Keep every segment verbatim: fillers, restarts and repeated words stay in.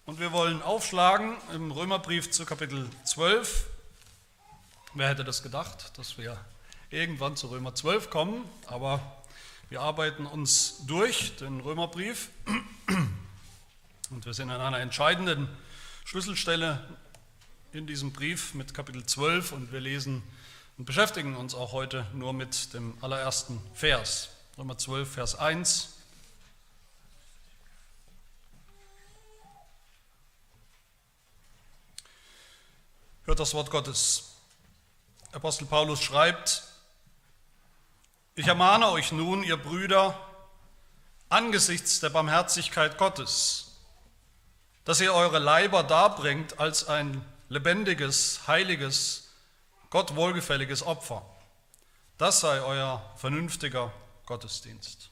Und wir wollen aufschlagen im Römerbrief zu Kapitel zwölf. Wer hätte das gedacht, dass wir irgendwann zu Römer zwölf kommen, aber wir arbeiten uns durch den Römerbrief und wir sind an einer entscheidenden Schlüsselstelle in diesem Brief mit Kapitel zwölf und wir lesen und beschäftigen uns auch heute nur mit dem allerersten Vers. Römer zwölf, Vers eins. Hört das Wort Gottes. Apostel Paulus schreibt: Ich ermahne euch nun, ihr Brüder, angesichts der Barmherzigkeit Gottes, dass ihr eure Leiber darbringt als ein lebendiges, heiliges, Gott wohlgefälliges Opfer. Das sei euer vernünftiger Gottesdienst.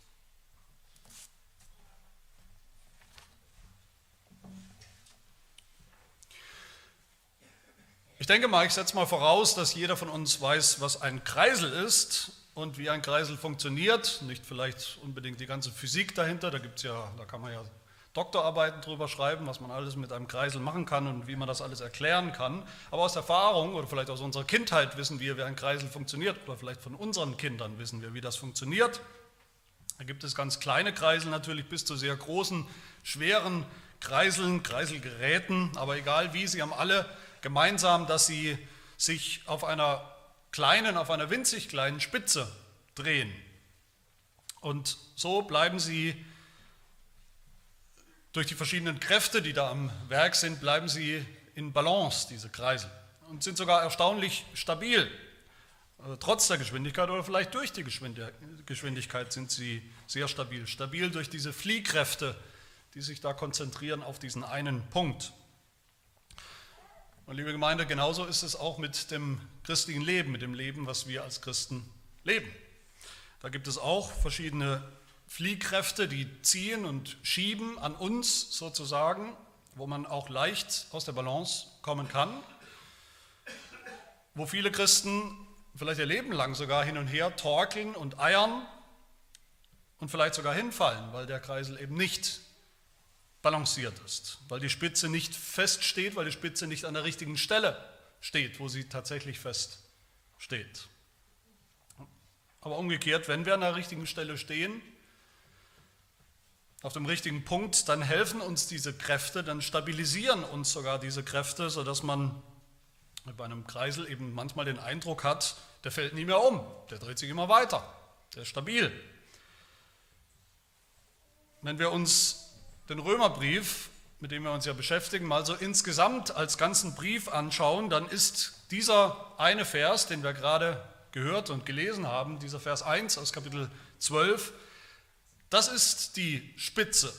Ich denke mal, ich setze mal voraus, dass jeder von uns weiß, was ein Kreisel ist und wie ein Kreisel funktioniert. Nicht vielleicht unbedingt die ganze Physik dahinter, da gibt's ja, da kann man ja Doktorarbeiten drüber schreiben, was man alles mit einem Kreisel machen kann und wie man das alles erklären kann. Aber aus Erfahrung oder vielleicht aus unserer Kindheit wissen wir, wie ein Kreisel funktioniert, oder vielleicht von unseren Kindern wissen wir, wie das funktioniert. Da gibt es ganz kleine Kreisel natürlich bis zu sehr großen, schweren Kreiseln, Kreiselgeräten, aber egal wie, sie haben alle gemeinsam, dass sie sich auf einer kleinen, auf einer winzig kleinen Spitze drehen. Und so bleiben sie durch die verschiedenen Kräfte, die da am Werk sind, bleiben sie in Balance, diese Kreisel, und sind sogar erstaunlich stabil. Trotz der Geschwindigkeit oder vielleicht durch die Geschwindigkeit sind sie sehr stabil. Stabil durch diese Fliehkräfte, die sich da konzentrieren auf diesen einen Punkt. Und liebe Gemeinde, genauso ist es auch mit dem christlichen Leben, mit dem Leben, was wir als Christen leben. Da gibt es auch verschiedene Fliehkräfte, die ziehen und schieben an uns sozusagen, wo man auch leicht aus der Balance kommen kann, wo viele Christen vielleicht ihr Leben lang sogar hin und her torkeln und eiern und vielleicht sogar hinfallen, weil der Kreisel eben nicht balanciert ist, weil die Spitze nicht fest steht, weil die Spitze nicht an der richtigen Stelle steht, wo sie tatsächlich fest steht. Aber umgekehrt, wenn wir an der richtigen Stelle stehen, auf dem richtigen Punkt, dann helfen uns diese Kräfte, dann stabilisieren uns sogar diese Kräfte, sodass man bei einem Kreisel eben manchmal den Eindruck hat, der fällt nie mehr um, der dreht sich immer weiter, der ist stabil. Wenn wir uns den Römerbrief, mit dem wir uns ja beschäftigen, mal so insgesamt als ganzen Brief anschauen, dann ist dieser eine Vers, den wir gerade gehört und gelesen haben, dieser Vers eins aus Kapitel zwölf, das ist die Spitze,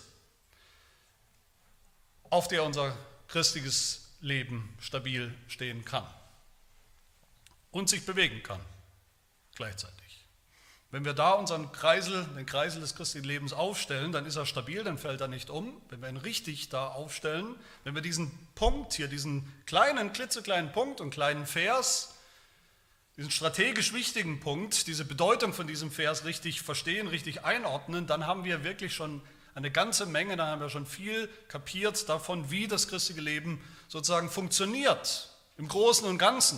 auf der unser christliches Leben stabil stehen kann und sich bewegen kann gleichzeitig. Wenn wir da unseren Kreisel, den Kreisel des christlichen Lebens aufstellen, dann ist er stabil, dann fällt er nicht um. Wenn wir ihn richtig da aufstellen, wenn wir diesen Punkt hier, diesen kleinen, klitzekleinen Punkt und kleinen Vers, diesen strategisch wichtigen Punkt, diese Bedeutung von diesem Vers richtig verstehen, richtig einordnen, dann haben wir wirklich schon eine ganze Menge, dann haben wir schon viel kapiert davon, wie das christliche Leben sozusagen funktioniert, im Großen und Ganzen.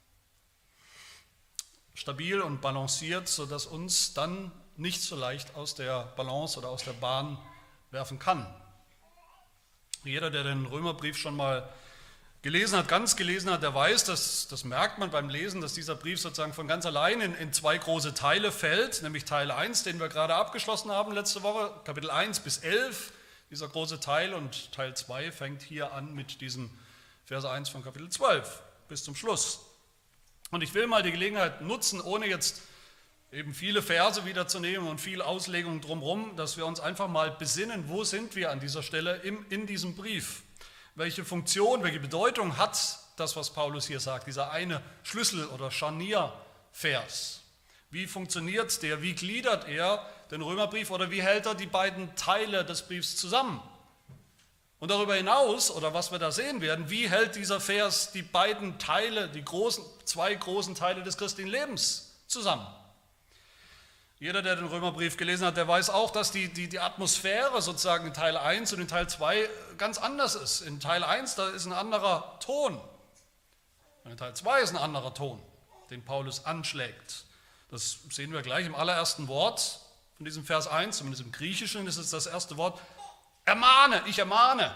Stabil und balanciert, sodass uns dann nicht so leicht aus der Balance oder aus der Bahn werfen kann. Jeder, der den Römerbrief schon mal gelesen hat, ganz gelesen hat, der weiß, dass, das merkt man beim Lesen, dass dieser Brief sozusagen von ganz allein in, in zwei große Teile fällt, nämlich Teil eins, den wir gerade abgeschlossen haben letzte Woche, Kapitel eins bis elf, dieser große Teil, und Teil zwei fängt hier an mit diesem Vers eins von Kapitel zwölf bis zum Schluss. Und ich will mal die Gelegenheit nutzen, ohne jetzt eben viele Verse wiederzunehmen und viel Auslegung drumherum, dass wir uns einfach mal besinnen, wo sind wir an dieser Stelle im, in diesem Brief? Welche Funktion, welche Bedeutung hat das, was Paulus hier sagt, dieser eine Schlüssel- oder Scharniervers? Wie funktioniert der, wie gliedert er den Römerbrief oder wie hält er die beiden Teile des Briefs zusammen? Und darüber hinaus, oder was wir da sehen werden, wie hält dieser Vers die beiden Teile, die großen, zwei großen Teile des christlichen Lebens zusammen? Jeder, der den Römerbrief gelesen hat, der weiß auch, dass die, die, die Atmosphäre sozusagen in Teil eins und in Teil zwei ganz anders ist. In Teil eins, da ist ein anderer Ton. Und in Teil zwei ist ein anderer Ton, den Paulus anschlägt. Das sehen wir gleich im allerersten Wort von diesem Vers eins, zumindest im Griechischen ist es das erste Wort. Ermahne, ich ermahne.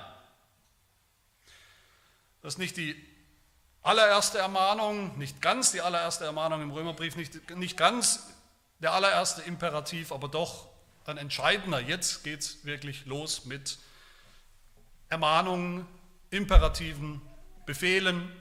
Das ist nicht die allererste Ermahnung, nicht ganz die allererste Ermahnung im Römerbrief, nicht, nicht ganz der allererste Imperativ, aber doch ein entscheidender. Jetzt geht es wirklich los mit Ermahnungen, Imperativen, Befehlen.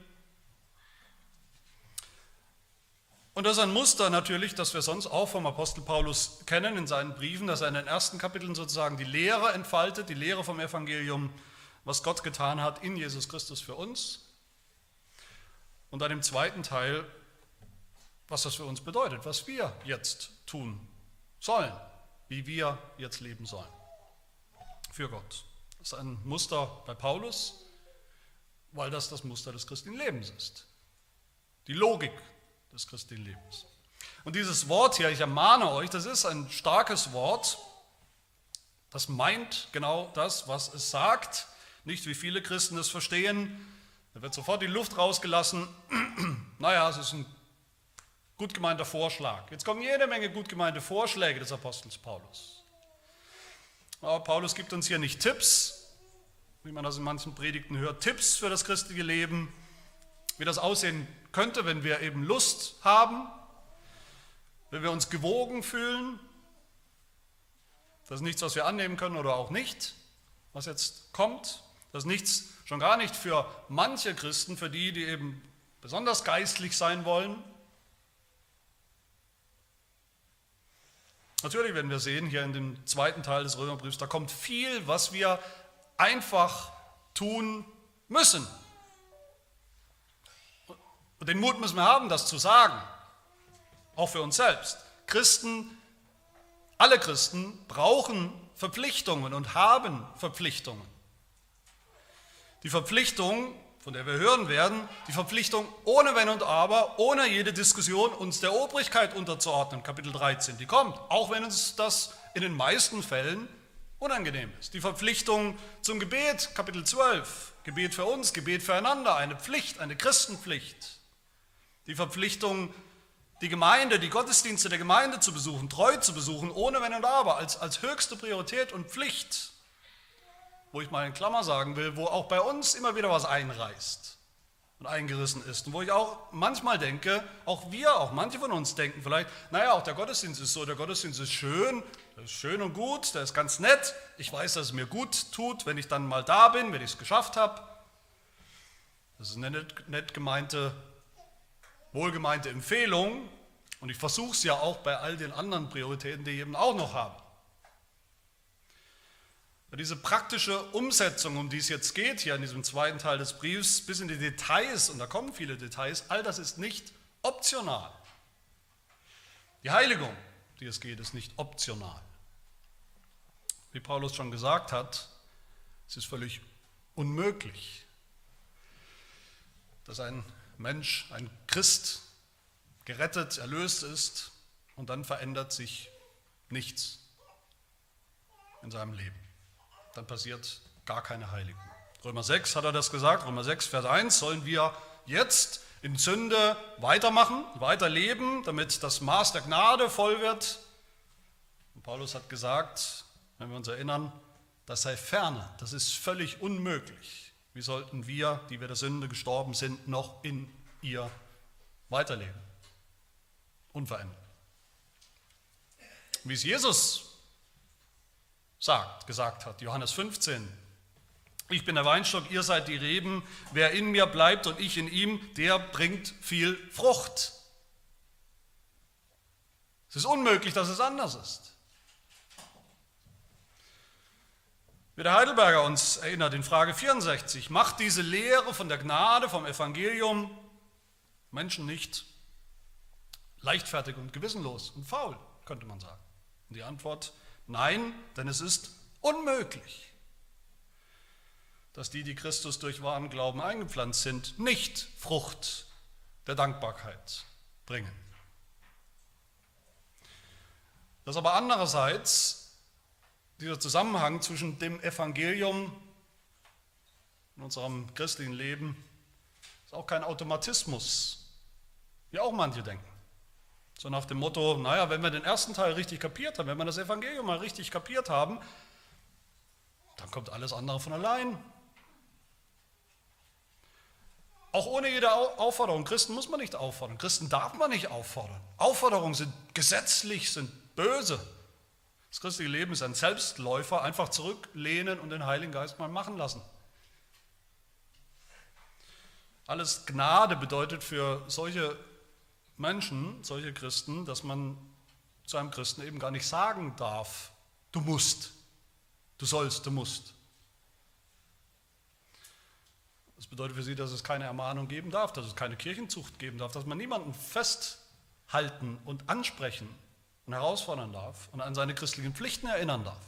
Und das ist ein Muster natürlich, das wir sonst auch vom Apostel Paulus kennen in seinen Briefen, dass er in den ersten Kapiteln sozusagen die Lehre entfaltet, die Lehre vom Evangelium, was Gott getan hat in Jesus Christus für uns. Und dann im zweiten Teil, was das für uns bedeutet, was wir jetzt tun sollen, wie wir jetzt leben sollen für Gott. Das ist ein Muster bei Paulus, weil das das Muster des christlichen Lebens ist. Die Logik des christlichen Lebens. Und dieses Wort hier, ich ermahne euch, das ist ein starkes Wort, das meint genau das, was es sagt. Nicht wie viele Christen es verstehen, da wird sofort die Luft rausgelassen. Naja, es ist ein gut gemeinter Vorschlag. Jetzt kommen jede Menge gut gemeinte Vorschläge des Apostels Paulus. Aber Paulus gibt uns hier nicht Tipps, wie man das in manchen Predigten hört, Tipps für das christliche Leben, wie das aussehen könnte, wenn wir eben Lust haben, wenn wir uns gewogen fühlen. Das ist nichts, was wir annehmen können oder auch nicht, was jetzt kommt. Das ist nichts, schon gar nicht für manche Christen, für die, die eben besonders geistlich sein wollen. Natürlich werden wir sehen, hier in dem zweiten Teil des Römerbriefs, da kommt viel, was wir einfach tun müssen. Und den Mut müssen wir haben, das zu sagen, auch für uns selbst. Christen, alle Christen brauchen Verpflichtungen und haben Verpflichtungen. Die Verpflichtung, von der wir hören werden, die Verpflichtung ohne Wenn und Aber, ohne jede Diskussion, uns der Obrigkeit unterzuordnen, Kapitel dreizehn, die kommt, auch wenn uns das in den meisten Fällen unangenehm ist. Die Verpflichtung zum Gebet, Kapitel zwölf, Gebet für uns, Gebet füreinander, eine Pflicht, eine Christenpflicht. Die Verpflichtung, die Gemeinde, die Gottesdienste der Gemeinde zu besuchen, treu zu besuchen, ohne Wenn und Aber, als, als höchste Priorität und Pflicht. Wo ich mal in Klammer sagen will, wo auch bei uns immer wieder was einreißt und eingerissen ist. Und wo ich auch manchmal denke, auch wir, auch manche von uns denken vielleicht, naja, auch der Gottesdienst ist so, der Gottesdienst ist schön, der ist schön und gut, der ist ganz nett. Ich weiß, dass es mir gut tut, wenn ich dann mal da bin, wenn ich es geschafft habe. Das ist eine nett, nett gemeinte, wohlgemeinte Empfehlung. Und ich versuche es ja auch bei all den anderen Prioritäten, die ich eben auch noch habe. Diese praktische Umsetzung, um die es jetzt geht, hier in diesem zweiten Teil des Briefs, bis in die Details, und da kommen viele Details, all das ist nicht optional. Die Heiligung, die es geht, ist nicht optional. Wie Paulus schon gesagt hat, es ist völlig unmöglich, dass ein Mensch, ein Christ, gerettet, erlöst ist und dann verändert sich nichts in seinem Leben. Dann passiert gar keine Heiligung. Römer sechs hat er das gesagt, Römer sechs, Vers eins, sollen wir jetzt in Sünde weitermachen, weiterleben, damit das Maß der Gnade voll wird. Und Paulus hat gesagt, wenn wir uns erinnern, das sei ferne, das ist völlig unmöglich. Wie sollten wir, die wir der Sünde gestorben sind, noch in ihr weiterleben? Unverändert. Wie es Jesus sagt, gesagt hat, Johannes fünfzehn, ich bin der Weinstock, ihr seid die Reben, wer in mir bleibt und ich in ihm, der bringt viel Frucht. Es ist unmöglich, dass es anders ist. Wie der Heidelberger uns erinnert in Frage vierundsechzig, macht diese Lehre von der Gnade, vom Evangelium Menschen nicht leichtfertig und gewissenlos und faul, könnte man sagen. Und die Antwort: Nein, denn es ist unmöglich, dass die, die Christus durch wahren Glauben eingepflanzt sind, nicht Frucht der Dankbarkeit bringen. Dass aber andererseits dieser Zusammenhang zwischen dem Evangelium in unserem christlichen Leben ist auch kein Automatismus, wie auch manche denken. So nach dem Motto, naja, wenn wir den ersten Teil richtig kapiert haben, wenn wir das Evangelium mal richtig kapiert haben, dann kommt alles andere von allein. Auch ohne jede Aufforderung. Christen muss man nicht auffordern. Christen darf man nicht auffordern. Aufforderungen sind gesetzlich, sind böse. Das christliche Leben ist ein Selbstläufer. Einfach zurücklehnen und den Heiligen Geist mal machen lassen. Alles Gnade bedeutet für solche Menschen, solche Christen, dass man zu einem Christen eben gar nicht sagen darf, du musst, du sollst, du musst. Das bedeutet für sie, dass es keine Ermahnung geben darf, dass es keine Kirchenzucht geben darf, dass man niemanden festhalten und ansprechen und herausfordern darf und an seine christlichen Pflichten erinnern darf.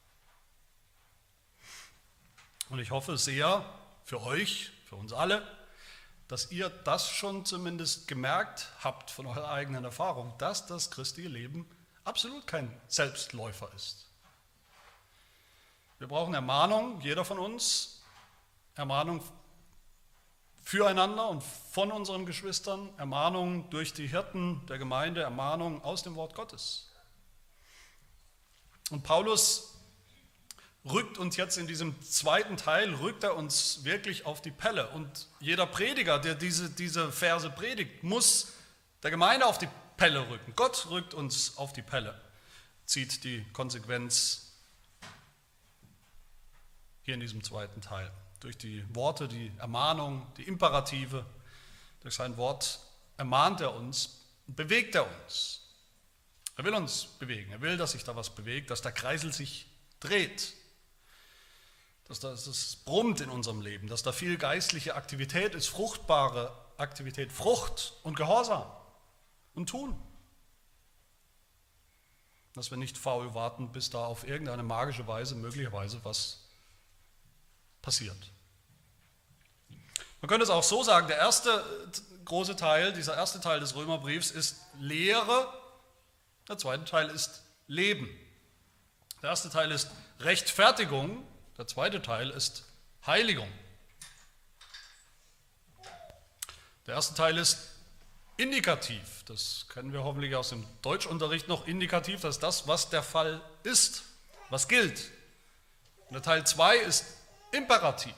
Und ich hoffe sehr für euch, für uns alle, dass ihr das schon zumindest gemerkt habt von eurer eigenen Erfahrung, dass das christliche Leben absolut kein Selbstläufer ist. Wir brauchen Ermahnung, jeder von uns, Ermahnung füreinander und von unseren Geschwistern, Ermahnung durch die Hirten der Gemeinde, Ermahnung aus dem Wort Gottes. Und Paulus rückt uns jetzt in diesem zweiten Teil, rückt er uns wirklich auf die Pelle. Und jeder Prediger, der diese, diese Verse predigt, muss der Gemeinde auf die Pelle rücken. Gott rückt uns auf die Pelle, zieht die Konsequenz hier in diesem zweiten Teil. Durch die Worte, die Ermahnung, die Imperative, durch sein Wort ermahnt er uns, bewegt er uns. Er will uns bewegen, er will, dass sich da was bewegt, dass der Kreisel sich dreht, dass das es brummt in unserem Leben, dass da viel geistliche Aktivität ist, fruchtbare Aktivität, Frucht und Gehorsam und Tun. Dass wir nicht faul warten, bis da auf irgendeine magische Weise möglicherweise was passiert. Man könnte es auch so sagen, der erste große Teil, dieser erste Teil des Römerbriefs ist Lehre, der zweite Teil ist Leben. Der erste Teil ist Rechtfertigung, der zweite Teil ist Heiligung. Der erste Teil ist indikativ, das kennen wir hoffentlich aus dem Deutschunterricht noch, indikativ, das ist das, was der Fall ist, was gilt. Und der Teil zwei ist imperativ,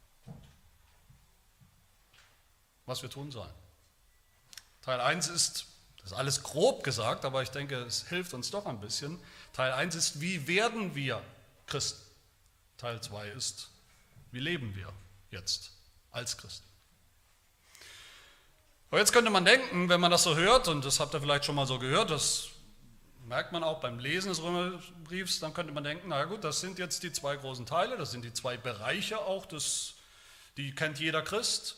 was wir tun sollen. Teil eins ist, das ist alles grob gesagt, aber ich denke, es hilft uns doch ein bisschen. Teil eins ist, wie werden wir Christen? Teil zwei ist, wie leben wir jetzt als Christen? Aber jetzt könnte man denken, wenn man das so hört, und das habt ihr vielleicht schon mal so gehört, das merkt man auch beim Lesen des Römerbriefs, dann könnte man denken, na gut, das sind jetzt die zwei großen Teile, das sind die zwei Bereiche auch, das, die kennt jeder Christ.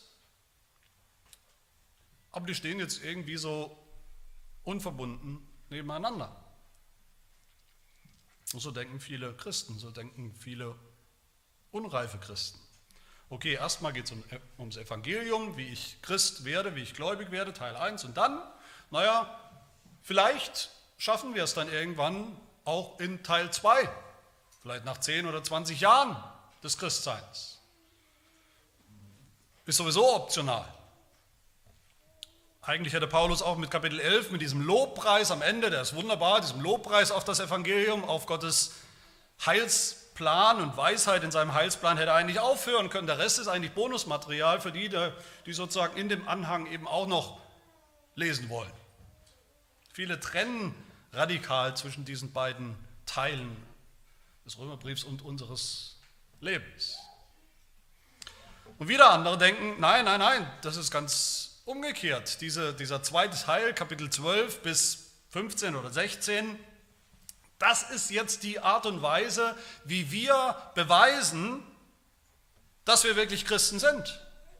Aber die stehen jetzt irgendwie so unverbunden nebeneinander. Und so denken viele Christen, so denken viele unreife Christen. Okay, erstmal geht es um, ums Evangelium, wie ich Christ werde, wie ich gläubig werde, Teil eins. Und dann, naja, vielleicht schaffen wir es dann irgendwann auch in Teil zwei, vielleicht nach zehn oder zwanzig Jahren des Christseins. Ist sowieso optional. Eigentlich hätte Paulus auch mit Kapitel elf, mit diesem Lobpreis am Ende, der ist wunderbar, diesem Lobpreis auf das Evangelium, auf Gottes Heilsplan und Weisheit in seinem Heilsplan, hätte er eigentlich aufhören können. Der Rest ist eigentlich Bonusmaterial für die, die sozusagen in dem Anhang eben auch noch lesen wollen. Viele trennen radikal zwischen diesen beiden Teilen des Römerbriefs und unseres Lebens. Und wieder andere denken, nein, nein, nein, das ist ganz umgekehrt. Diese, dieser zweite Teil, Kapitel zwölf bis fünfzehn oder sechzehn, das ist jetzt die Art und Weise, wie wir beweisen, dass wir wirklich Christen sind.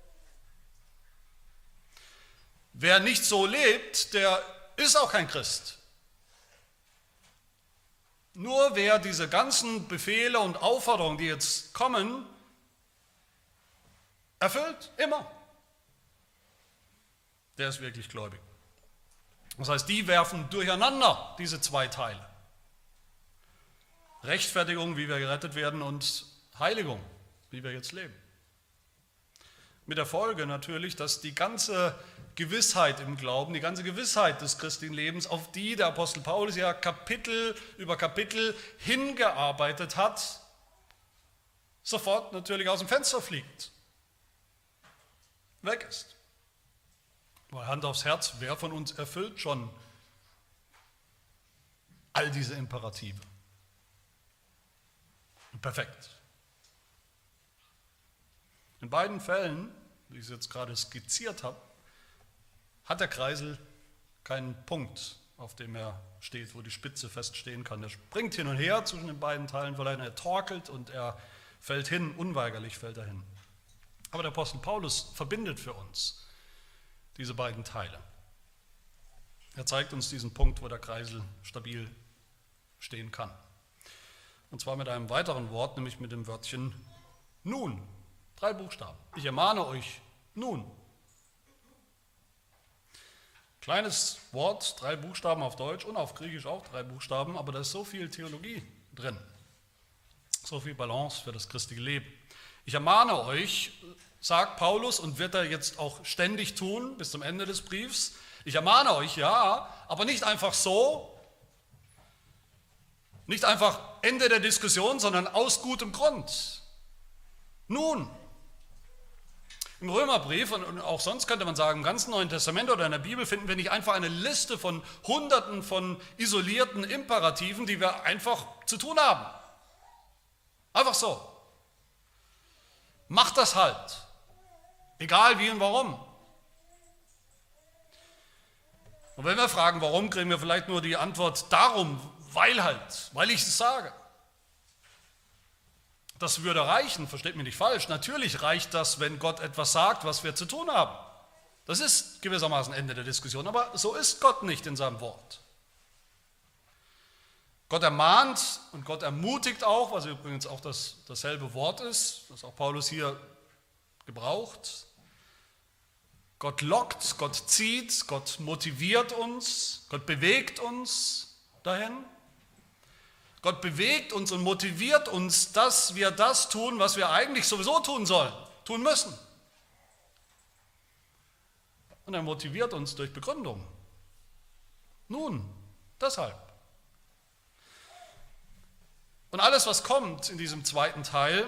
Wer nicht so lebt, der ist auch kein Christ. Nur wer diese ganzen Befehle und Aufforderungen, die jetzt kommen, erfüllt, immer, der ist wirklich gläubig. Das heißt, die werfen durcheinander diese zwei Teile. Rechtfertigung, wie wir gerettet werden, und Heiligung, wie wir jetzt leben. Mit der Folge natürlich, dass die ganze Gewissheit im Glauben, die ganze Gewissheit des christlichen Lebens, auf die der Apostel Paulus ja Kapitel über Kapitel hingearbeitet hat, sofort natürlich aus dem Fenster fliegt, weg ist. Weil Hand aufs Herz, wer von uns erfüllt schon all diese Imperative? Perfekt. In beiden Fällen, wie ich es jetzt gerade skizziert habe, hat der Kreisel keinen Punkt, auf dem er steht, wo die Spitze feststehen kann. Er springt hin und her zwischen den beiden Teilen, weil er torkelt und er fällt hin, unweigerlich fällt er hin. Aber der Apostel Paulus verbindet für uns diese beiden Teile. Er zeigt uns diesen Punkt, wo der Kreisel stabil stehen kann. Und zwar mit einem weiteren Wort, nämlich mit dem Wörtchen nun. Drei Buchstaben. Ich ermahne euch nun. Kleines Wort, drei Buchstaben auf Deutsch und auf Griechisch auch drei Buchstaben, aber da ist so viel Theologie drin. So viel Balance für das christliche Leben. Ich ermahne euch, sagt Paulus, und wird er jetzt auch ständig tun bis zum Ende des Briefs. Ich ermahne euch, ja, aber nicht einfach so, nicht einfach Ende der Diskussion, sondern aus gutem Grund. Nun, im Römerbrief und auch sonst könnte man sagen, im ganzen Neuen Testament oder in der Bibel finden wir nicht einfach eine Liste von Hunderten von isolierten Imperativen, die wir einfach zu tun haben. Einfach so. Macht das halt. Egal wie und warum. Und wenn wir fragen, warum, kriegen wir vielleicht nur die Antwort darum, weil halt, weil ich es sage. Das würde reichen, versteht mich nicht falsch. Natürlich reicht das, wenn Gott etwas sagt, was wir zu tun haben. Das ist gewissermaßen Ende der Diskussion, aber so ist Gott nicht in seinem Wort. Gott ermahnt und Gott ermutigt auch, was übrigens auch das, dasselbe Wort ist, das auch Paulus hier gebraucht. Gott lockt, Gott zieht, Gott motiviert uns, Gott bewegt uns dahin. Gott bewegt uns und motiviert uns, dass wir das tun, was wir eigentlich sowieso tun sollen, tun müssen. Und er motiviert uns durch Begründung. Nun, deshalb. Und alles, was kommt in diesem zweiten Teil,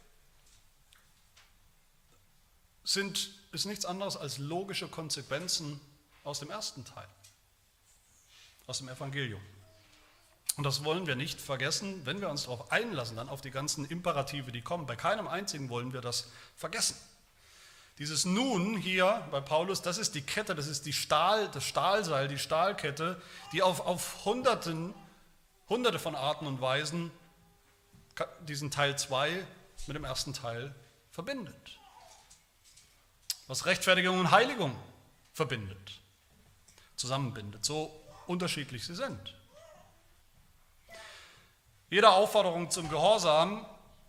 sind, ist nichts anderes als logische Konsequenzen aus dem ersten Teil, aus dem Evangelium. Und das wollen wir nicht vergessen, wenn wir uns darauf einlassen, dann auf die ganzen Imperative, die kommen. Bei keinem einzigen wollen wir das vergessen. Dieses Nun hier bei Paulus, das ist die Kette, das ist die Stahl, das Stahlseil, die Stahlkette, die auf, auf Hunderten, Hunderte von Arten und Weisen diesen Teil zwei mit dem ersten Teil verbindet. Was Rechtfertigung und Heiligung verbindet, zusammenbindet, so unterschiedlich sie sind. Jede Aufforderung zum Gehorsam,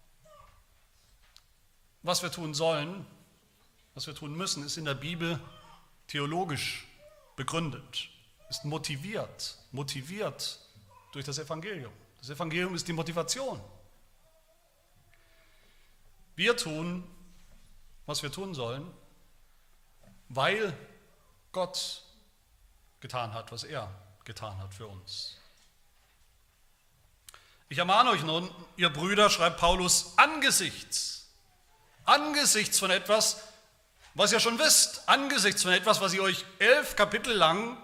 was wir tun sollen, was wir tun müssen, ist in der Bibel theologisch begründet, ist motiviert, motiviert durch das Evangelium. Das Evangelium ist die Motivation. Wir tun, was wir tun sollen, weil Gott getan hat, was er getan hat für uns. Ich ermahne euch nun, ihr Brüder, schreibt Paulus, angesichts, angesichts von etwas, was ihr schon wisst, angesichts von etwas, was ich euch elf Kapitel lang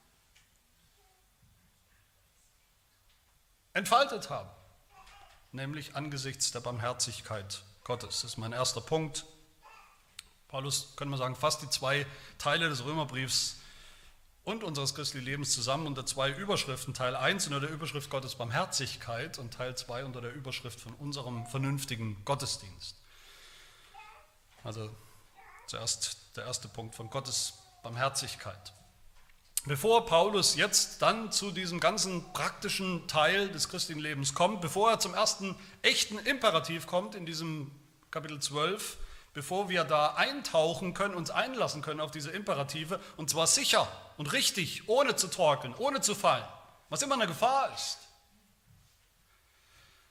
entfaltet habe, nämlich angesichts der Barmherzigkeit Gottes. Das ist mein erster Punkt. Paulus, können wir sagen, fasst die zwei Teile des Römerbriefs und unseres christlichen Lebens zusammen unter zwei Überschriften. Teil eins unter der Überschrift Gottes Barmherzigkeit und Teil zwei unter der Überschrift von unserem vernünftigen Gottesdienst. Also zuerst der erste Punkt von Gottes Barmherzigkeit. Bevor Paulus jetzt dann zu diesem ganzen praktischen Teil des christlichen Lebens kommt, bevor er zum ersten echten Imperativ kommt in diesem Kapitel zwölf, bevor wir da eintauchen können, uns einlassen können auf diese Imperative, und zwar sicher und richtig, ohne zu torkeln, ohne zu fallen, was immer eine Gefahr ist.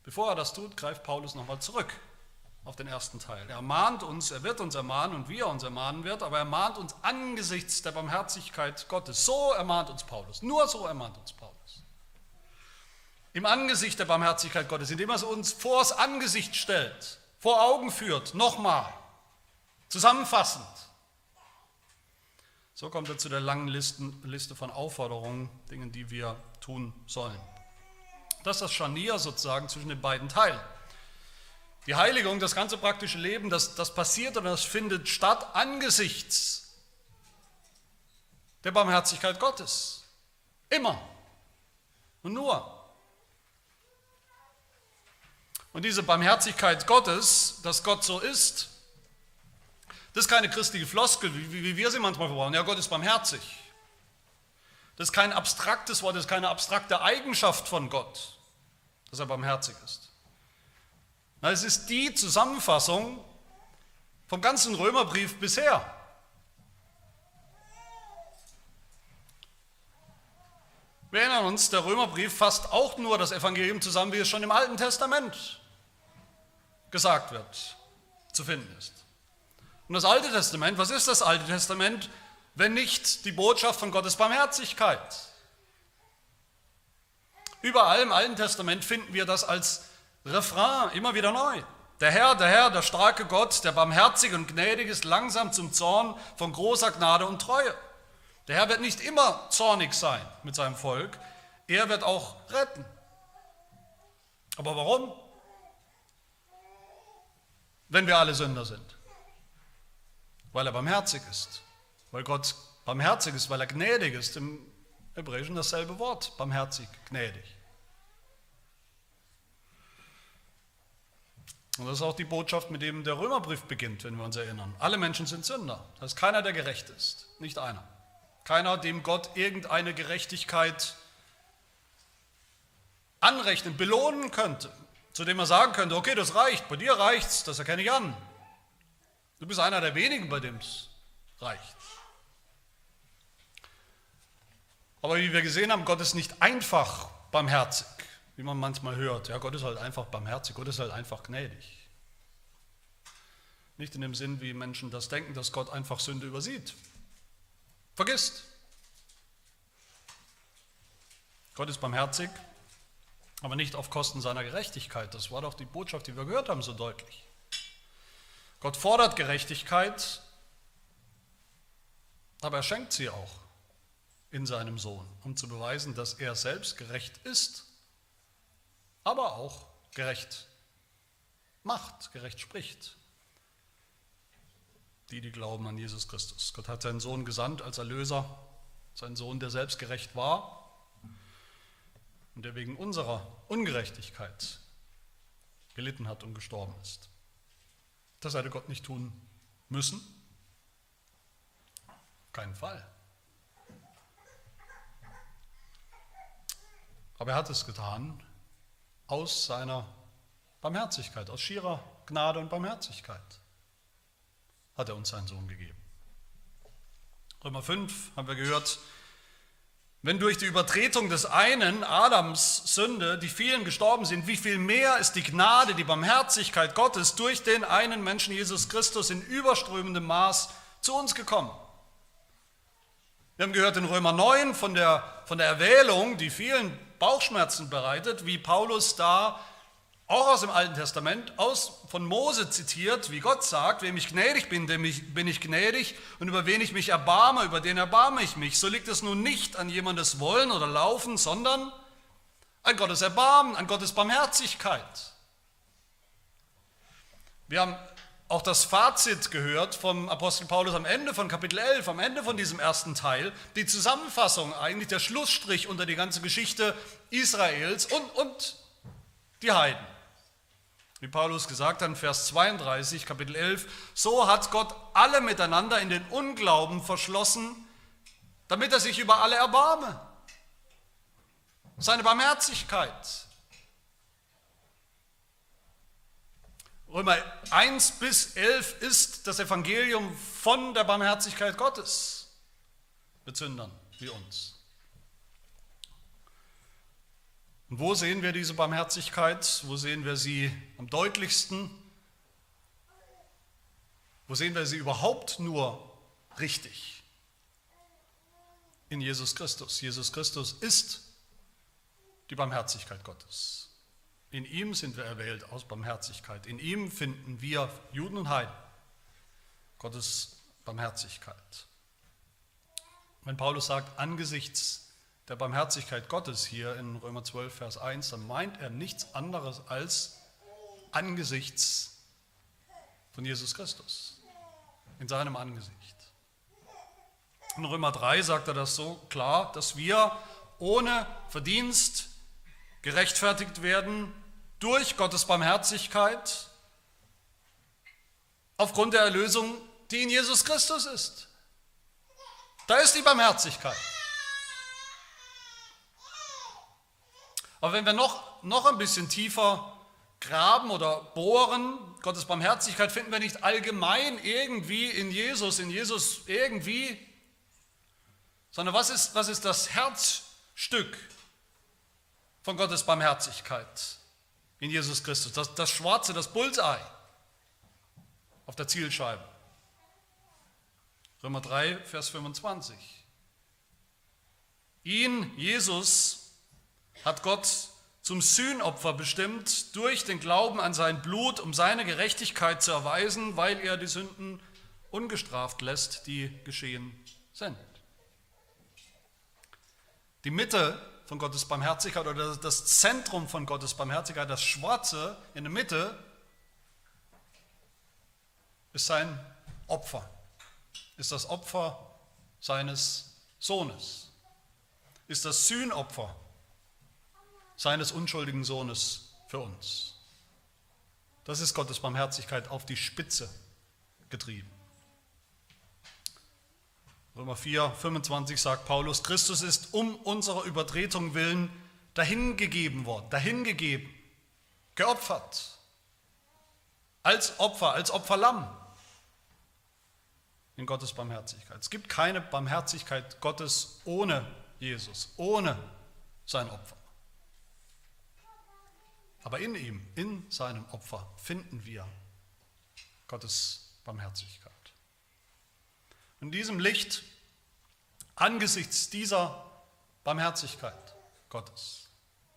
Bevor er das tut, greift Paulus nochmal zurück auf den ersten Teil. Er mahnt uns, er wird uns ermahnen und wie er uns ermahnen wird, aber er mahnt uns angesichts der Barmherzigkeit Gottes. So ermahnt uns Paulus, nur so ermahnt uns Paulus. Im Angesicht der Barmherzigkeit Gottes, indem er es uns vors Angesicht stellt, vor Augen führt, nochmal, zusammenfassend. So kommt er zu der langen Listen, Liste von Aufforderungen, Dingen, die wir tun sollen. Das ist das Scharnier sozusagen zwischen den beiden Teilen. Die Heiligung, das ganze praktische Leben, das, das passiert und das findet statt angesichts der Barmherzigkeit Gottes. Immer und nur. Und diese Barmherzigkeit Gottes, dass Gott so ist, das ist keine christliche Floskel, wie, wie wir sie manchmal verbrauchen. Ja, Gott ist barmherzig. Das ist kein abstraktes Wort, das ist keine abstrakte Eigenschaft von Gott, dass er barmherzig ist. Na, es ist die Zusammenfassung vom ganzen Römerbrief bisher. Wir erinnern uns, der Römerbrief fasst auch nur das Evangelium zusammen, wie es schon im Alten Testament gesagt wird, zu finden ist. Und das Alte Testament, was ist das Alte Testament, wenn nicht die Botschaft von Gottes Barmherzigkeit? Überall im Alten Testament finden wir das als Refrain, immer wieder neu. Der Herr, der Herr, der starke Gott, der barmherzig und gnädig ist, langsam zum Zorn, von großer Gnade und Treue. Der Herr wird nicht immer zornig sein mit seinem Volk, er wird auch retten. Aber warum? Wenn wir alle Sünder sind. Weil er barmherzig ist. Weil Gott barmherzig ist, weil er gnädig ist. Im Hebräischen dasselbe Wort, barmherzig, gnädig. Und das ist auch die Botschaft, mit dem der Römerbrief beginnt, wenn wir uns erinnern. Alle Menschen sind Sünder. Da ist keiner, der gerecht ist. Nicht einer. Keiner, dem Gott irgendeine Gerechtigkeit anrechnen, belohnen könnte. Zu dem er sagen könnte, okay, das reicht, bei dir reicht's, das erkenne ich an. Du bist einer der wenigen, bei dem es reicht. Aber wie wir gesehen haben, Gott ist nicht einfach barmherzig, wie man manchmal hört. Ja, Gott ist halt einfach barmherzig, Gott ist halt einfach gnädig. Nicht in dem Sinn, wie Menschen das denken, dass Gott einfach Sünde übersieht. Vergisst. Gott ist barmherzig, aber nicht auf Kosten seiner Gerechtigkeit. Das war doch die Botschaft, die wir gehört haben, so deutlich. Gott fordert Gerechtigkeit, aber er schenkt sie auch in seinem Sohn, um zu beweisen, dass er selbst gerecht ist, aber auch gerecht macht, gerecht spricht. Die, die glauben an Jesus Christus. Gott hat seinen Sohn gesandt als Erlöser, seinen Sohn, der selbst gerecht war und der wegen unserer Ungerechtigkeit gelitten hat und gestorben ist. Das hätte Gott nicht tun müssen. Auf keinen Fall. Aber er hat es getan aus seiner Barmherzigkeit, aus schierer Gnade und Barmherzigkeit hat er uns seinen Sohn gegeben. Römer fünf haben wir gehört, wenn durch die Übertretung des einen, Adams Sünde, die vielen gestorben sind, wie viel mehr ist die Gnade, die Barmherzigkeit Gottes durch den einen Menschen Jesus Christus in überströmendem Maß zu uns gekommen. Wir haben gehört in Römer neun von der, von der Erwählung, die vielen Bauchschmerzen bereitet, wie Paulus da auch aus dem Alten Testament, aus, von Mose zitiert, wie Gott sagt, wem ich gnädig bin, dem ich, bin ich gnädig und über wen ich mich erbarme, über den erbarme ich mich. So liegt es nun nicht an jemandes Wollen oder Laufen, sondern an Gottes Erbarmen, an Gottes Barmherzigkeit. Wir haben auch das Fazit gehört vom Apostel Paulus am Ende von Kapitel elf, am Ende von diesem ersten Teil, die Zusammenfassung, eigentlich der Schlussstrich unter die ganze Geschichte Israels und, und die Heiden. Wie Paulus gesagt hat in Vers zweiunddreißig, Kapitel elf, so hat Gott alle miteinander in den Unglauben verschlossen, damit er sich über alle erbarme. Seine Barmherzigkeit. Römer eins bis elf ist das Evangelium von der Barmherzigkeit Gottes mit Sündern wie uns. Und wo sehen wir diese Barmherzigkeit? Wo sehen wir sie am deutlichsten? Wo sehen wir sie überhaupt nur richtig? In Jesus Christus. Jesus Christus ist die Barmherzigkeit Gottes. In ihm sind wir erwählt aus Barmherzigkeit. In ihm finden wir, Juden und Heiden, Gottes Barmherzigkeit. Wenn Paulus sagt, angesichts der Barmherzigkeit Gottes hier in Römer zwölf, Vers eins, dann meint er nichts anderes als angesichts von Jesus Christus, in seinem Angesicht. In Römer drei sagt er das so klar, dass wir ohne Verdienst gerechtfertigt werden durch Gottes Barmherzigkeit aufgrund der Erlösung, die in Jesus Christus ist. Da ist die Barmherzigkeit. Aber wenn wir noch, noch ein bisschen tiefer graben oder bohren, Gottes Barmherzigkeit finden wir nicht allgemein irgendwie in Jesus, in Jesus irgendwie, sondern was ist, was ist das Herzstück von Gottes Barmherzigkeit in Jesus Christus? Das, das Schwarze, das Bullseye auf der Zielscheibe. Römer drei, Vers fünfundzwanzig. Ihn, Jesus, hat Gott zum Sühnopfer bestimmt durch den Glauben an sein Blut, um seine Gerechtigkeit zu erweisen, weil er die Sünden ungestraft lässt, die geschehen sind. Die Mitte von Gottes Barmherzigkeit oder das Zentrum von Gottes Barmherzigkeit, das Schwarze in der Mitte, ist sein Opfer, ist das Opfer seines Sohnes, ist das Sühnopfer seines unschuldigen Sohnes für uns. Das ist Gottes Barmherzigkeit auf die Spitze getrieben. Römer vier, fünfundzwanzig sagt Paulus, Christus ist um unserer Übertretung willen dahingegeben worden, dahingegeben, geopfert, als Opfer, als Opferlamm in Gottes Barmherzigkeit. Es gibt keine Barmherzigkeit Gottes ohne Jesus, ohne sein Opfer. Aber in ihm, in seinem Opfer, finden wir Gottes Barmherzigkeit. In diesem Licht, angesichts dieser Barmherzigkeit Gottes,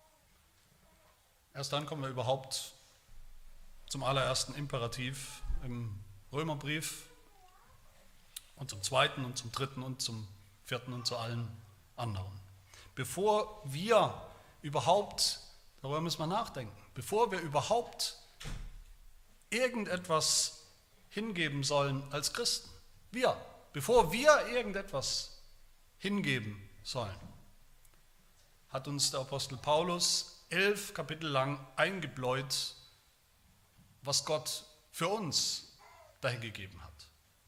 erst dann kommen wir überhaupt zum allerersten Imperativ im Römerbrief und zum zweiten und zum dritten und zum vierten und zu allen anderen. Bevor wir überhaupt, darüber müssen wir nachdenken, bevor wir überhaupt irgendetwas hingeben sollen als Christen, wir, bevor wir irgendetwas hingeben sollen, hat uns der Apostel Paulus elf Kapitel lang eingebläut, was Gott für uns dahingegeben hat.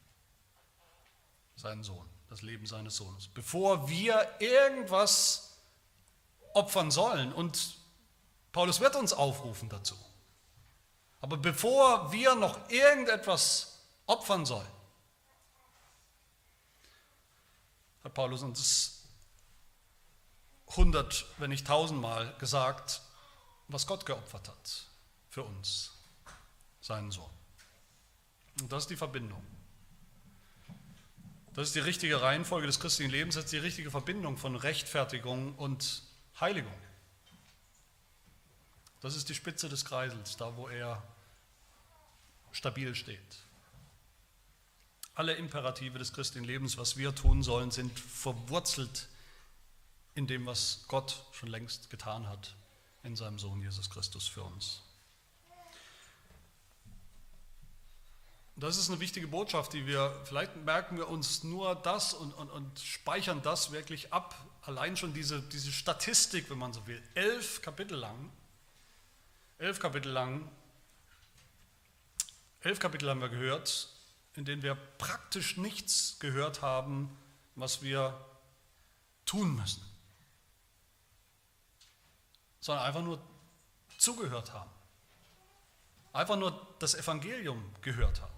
Seinen Sohn, das Leben seines Sohnes. Bevor wir irgendwas opfern sollen, und Paulus wird uns aufrufen dazu, aber bevor wir noch irgendetwas opfern sollen, hat Paulus uns hundert, wenn nicht tausendmal gesagt, was Gott geopfert hat für uns, seinen Sohn. Und das ist die Verbindung. Das ist die richtige Reihenfolge des christlichen Lebens, das ist die richtige Verbindung von Rechtfertigung und Heiligung. Das ist die Spitze des Kreisels, da wo er stabil steht. Alle Imperative des christlichen Lebens, was wir tun sollen, sind verwurzelt in dem, was Gott schon längst getan hat in seinem Sohn Jesus Christus für uns. Das ist eine wichtige Botschaft, die wir, vielleicht merken wir uns nur das und, und, und speichern das wirklich ab. Allein schon diese, diese Statistik, wenn man so will, elf Kapitel lang, elf Kapitel lang, elf Kapitel haben wir gehört, in denen wir praktisch nichts gehört haben, was wir tun müssen, sondern einfach nur zugehört haben, einfach nur das Evangelium gehört haben.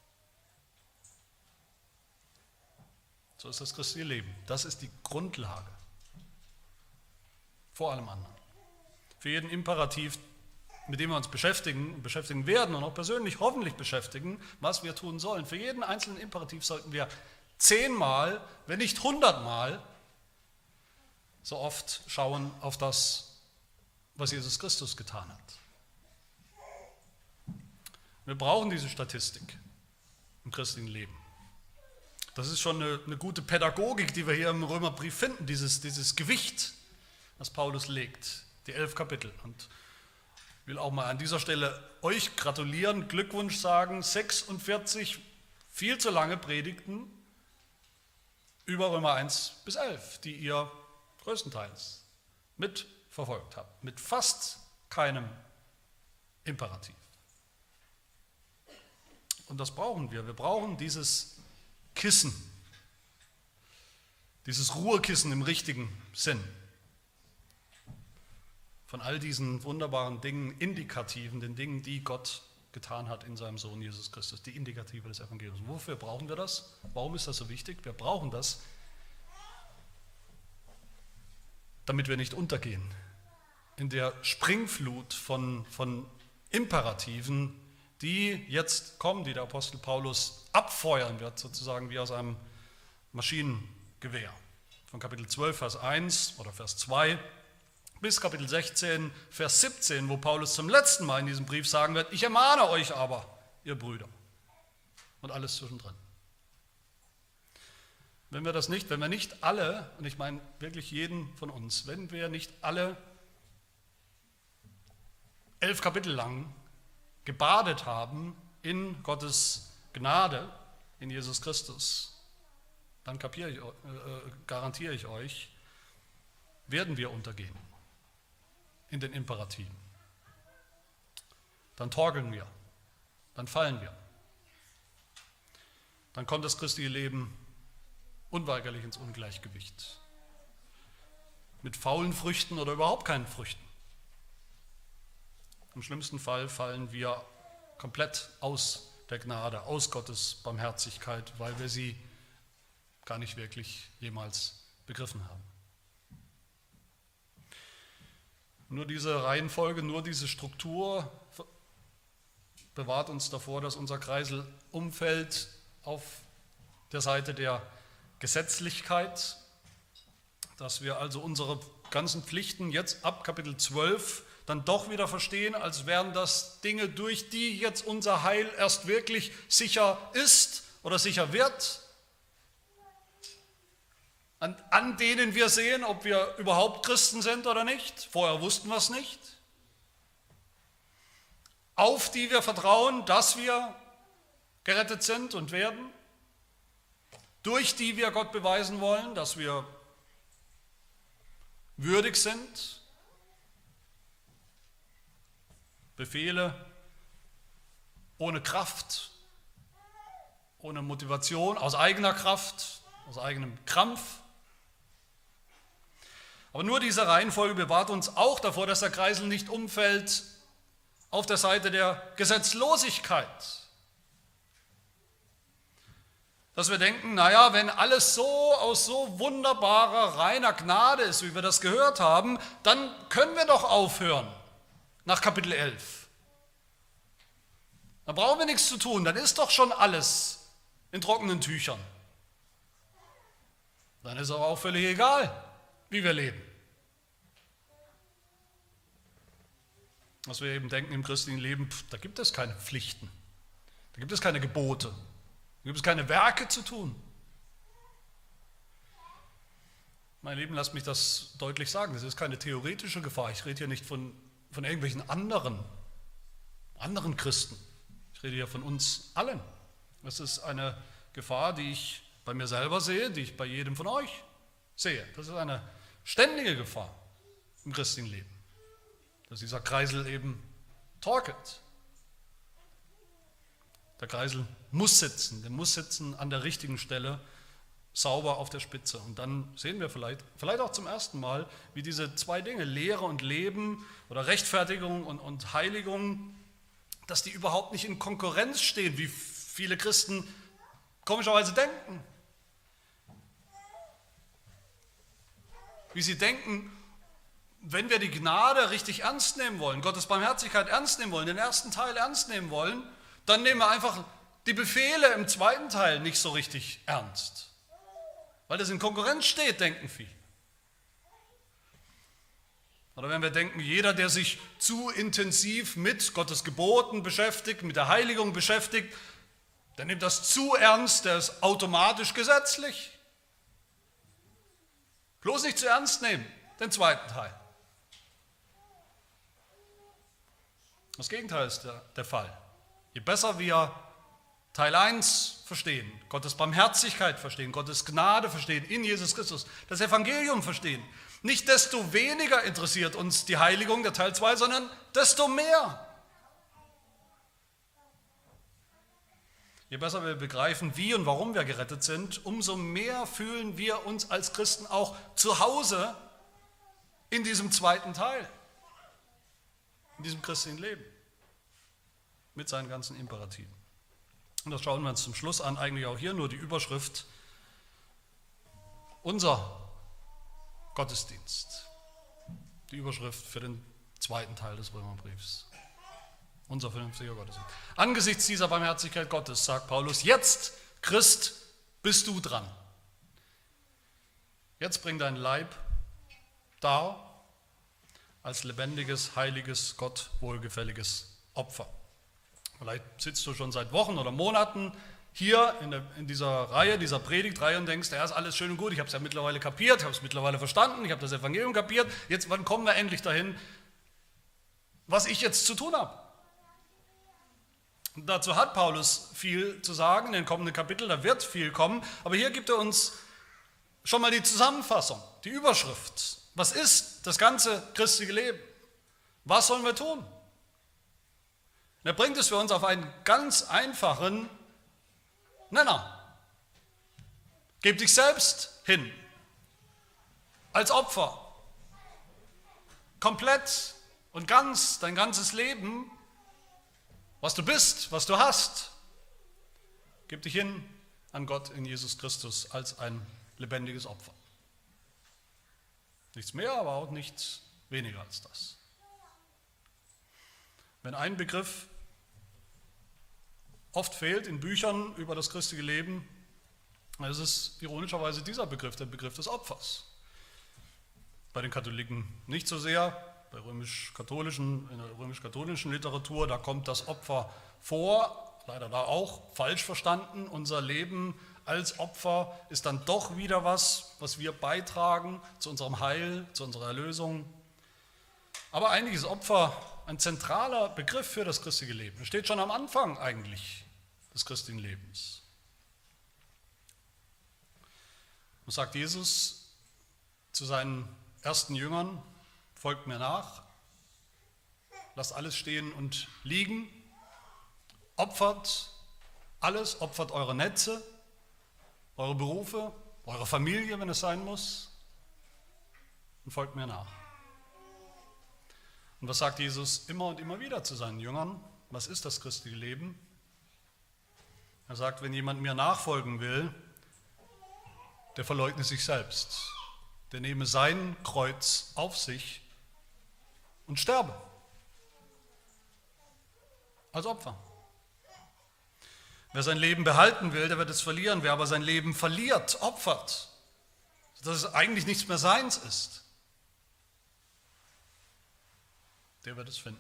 So ist das christliche Leben. Das ist die Grundlage vor allem anderen. für jeden Imperativ, mit dem wir uns beschäftigen und beschäftigen werden und auch persönlich hoffentlich beschäftigen, was wir tun sollen. Für jeden einzelnen Imperativ sollten wir zehnmal, wenn nicht hundertmal, so oft schauen auf das, was Jesus Christus getan hat. Wir brauchen diese Statistik im christlichen Leben. Das ist schon eine, eine gute Pädagogik, die wir hier im Römerbrief finden, dieses, dieses Gewicht, das Paulus legt, die elf Kapitel. Und ich will auch mal an dieser Stelle euch gratulieren, Glückwunsch sagen, sechsundvierzig viel zu lange Predigten über Römer eins bis elf, die ihr größtenteils mitverfolgt habt, mit fast keinem Imperativ. Und das brauchen wir. Wir brauchen dieses Kissen, dieses Ruhekissen im richtigen Sinn. Von all diesen wunderbaren Dingen, Indikativen, den Dingen, die Gott getan hat in seinem Sohn Jesus Christus, die Indikative des Evangeliums. Wofür brauchen wir das? Warum ist das so wichtig? Wir brauchen das, damit wir nicht untergehen in der Springflut von, von Imperativen, die jetzt kommen, die der Apostel Paulus abfeuern wird, sozusagen wie aus einem Maschinengewehr. Von Kapitel zwölf, Vers eins oder Vers zwei bis Kapitel sechzehn, Vers siebzehn, wo Paulus zum letzten Mal in diesem Brief sagen wird, ich ermahne euch aber, ihr Brüder. Und alles zwischendrin. Wenn wir das nicht, wenn wir nicht alle, und ich meine wirklich jeden von uns, wenn wir nicht alle elf Kapitel lang gebadet haben in Gottes Gnade, in Jesus Christus, dann kapiere ich, äh, garantiere ich euch, werden wir untergehen in den Imperativen. Dann torkeln wir, dann fallen wir. Dann kommt das christliche Leben unweigerlich ins Ungleichgewicht. Mit faulen Früchten oder überhaupt keinen Früchten. Im schlimmsten Fall fallen wir komplett aus der Gnade, aus Gottes Barmherzigkeit, weil wir sie gar nicht wirklich jemals begriffen haben. Nur diese Reihenfolge, nur diese Struktur bewahrt uns davor, dass unser Kreisel umfällt auf der Seite der Gesetzlichkeit, dass wir also unsere ganzen Pflichten jetzt ab Kapitel zwölf dann doch wieder verstehen, als wären das Dinge, durch die jetzt unser Heil erst wirklich sicher ist oder sicher wird, an, an denen wir sehen, ob wir überhaupt Christen sind oder nicht. Vorher wussten wir es nicht. Auf die wir vertrauen, dass wir gerettet sind und werden. Durch die wir Gott beweisen wollen, dass wir würdig sind. Befehle ohne Kraft, ohne Motivation, aus eigener Kraft, aus eigenem Krampf. Aber nur diese Reihenfolge bewahrt uns auch davor, dass der Kreisel nicht umfällt auf der Seite der Gesetzlosigkeit. Dass wir denken, naja, wenn alles so aus so wunderbarer, reiner Gnade ist, wie wir das gehört haben, dann können wir doch aufhören nach Kapitel elf. Dann brauchen wir nichts zu tun, dann ist doch schon alles in trockenen Tüchern. Dann ist aber auch völlig egal, wie wir leben. Was wir eben denken im christlichen Leben, pff, da gibt es keine Pflichten, da gibt es keine Gebote, da gibt es keine Werke zu tun. Mein Lieben, lasst mich das deutlich sagen, das ist keine theoretische Gefahr. Ich rede hier nicht von, von irgendwelchen anderen, anderen Christen. Ich rede hier von uns allen. Das ist eine Gefahr, die ich bei mir selber sehe, die ich bei jedem von euch sehe. Das ist eine ständige Gefahr im christlichen Leben, dass dieser Kreisel eben torkelt. Der Kreisel muss sitzen, der muss sitzen an der richtigen Stelle, sauber auf der Spitze. Und dann sehen wir vielleicht, vielleicht auch zum ersten Mal, wie diese zwei Dinge, Lehre und Leben oder Rechtfertigung und, und Heiligung, dass die überhaupt nicht in Konkurrenz stehen, wie viele Christen komischerweise denken. Wie sie denken, wenn wir die Gnade richtig ernst nehmen wollen, Gottes Barmherzigkeit ernst nehmen wollen, den ersten Teil ernst nehmen wollen, dann nehmen wir einfach die Befehle im zweiten Teil nicht so richtig ernst. Weil das in Konkurrenz steht, denken viele. Oder wenn wir denken, jeder, der sich zu intensiv mit Gottes Geboten beschäftigt, mit der Heiligung beschäftigt, der nimmt das zu ernst, der ist automatisch gesetzlich. Bloß nicht zu ernst nehmen, den zweiten Teil. Das Gegenteil ist der, der Fall. Je besser wir Teil eins verstehen, Gottes Barmherzigkeit verstehen, Gottes Gnade verstehen in Jesus Christus, das Evangelium verstehen, nicht desto weniger interessiert uns die Heiligung, der Teil zwei, sondern desto mehr. Je besser wir begreifen, wie und warum wir gerettet sind, umso mehr fühlen wir uns als Christen auch zu Hause in diesem zweiten Teil, in diesem christlichen Leben, mit seinen ganzen Imperativen. Und das schauen wir uns zum Schluss an, eigentlich auch hier nur die Überschrift: Unser Gottesdienst. Die Überschrift für den zweiten Teil des Römerbriefs. Unser vernünftiger Gottesdienst. Angesichts dieser Barmherzigkeit Gottes, sagt Paulus, jetzt, Christ, bist du dran. Jetzt bring dein Leib dar als lebendiges, heiliges, Gott wohlgefälliges Opfer. Vielleicht sitzt du schon seit Wochen oder Monaten hier in, der, in dieser Reihe, dieser Predigtreihe und denkst, ja, ist alles schön und gut, ich habe es ja mittlerweile kapiert, ich habe es mittlerweile verstanden, ich habe das Evangelium kapiert, jetzt, wann kommen wir endlich dahin, was ich jetzt zu tun habe? Und dazu hat Paulus viel zu sagen in den kommenden Kapiteln, da wird viel kommen, aber hier gibt er uns schon mal die Zusammenfassung, die Überschrift. Was ist das ganze christliche Leben? Was sollen wir tun? Und er bringt es für uns auf einen ganz einfachen Nenner. Gib dich selbst hin, als Opfer, komplett und ganz, dein ganzes Leben, was du bist, was du hast, gib dich hin an Gott in Jesus Christus als ein lebendiges Opfer. Nichts mehr, aber auch nichts weniger als das. Wenn ein Begriff oft fehlt in Büchern über das christliche Leben, dann ist es ironischerweise dieser Begriff, der Begriff des Opfers. Bei den Katholiken nicht so sehr, bei römisch-katholischen, in der römisch-katholischen Literatur, da kommt das Opfer vor, leider da auch falsch verstanden. Unser Leben als Opfer ist dann doch wieder was, was wir beitragen zu unserem Heil, zu unserer Erlösung. Aber eigentlich ist Opfer ein zentraler Begriff für das christliche Leben. Es steht schon am Anfang eigentlich des christlichen Lebens. Und sagt Jesus zu seinen ersten Jüngern, folgt mir nach, lasst alles stehen und liegen, opfert alles, opfert eure Netze, eure Berufe, eure Familie, wenn es sein muss, und folgt mir nach. Und was sagt Jesus immer und immer wieder zu seinen Jüngern? Was ist das christliche Leben? Er sagt, wenn jemand mir nachfolgen will, der verleugne sich selbst, der nehme sein Kreuz auf sich und sterbe als Opfer. Wer sein Leben behalten will, der wird es verlieren. Wer aber sein Leben verliert, opfert, dass es eigentlich nichts mehr seins ist, der wird es finden.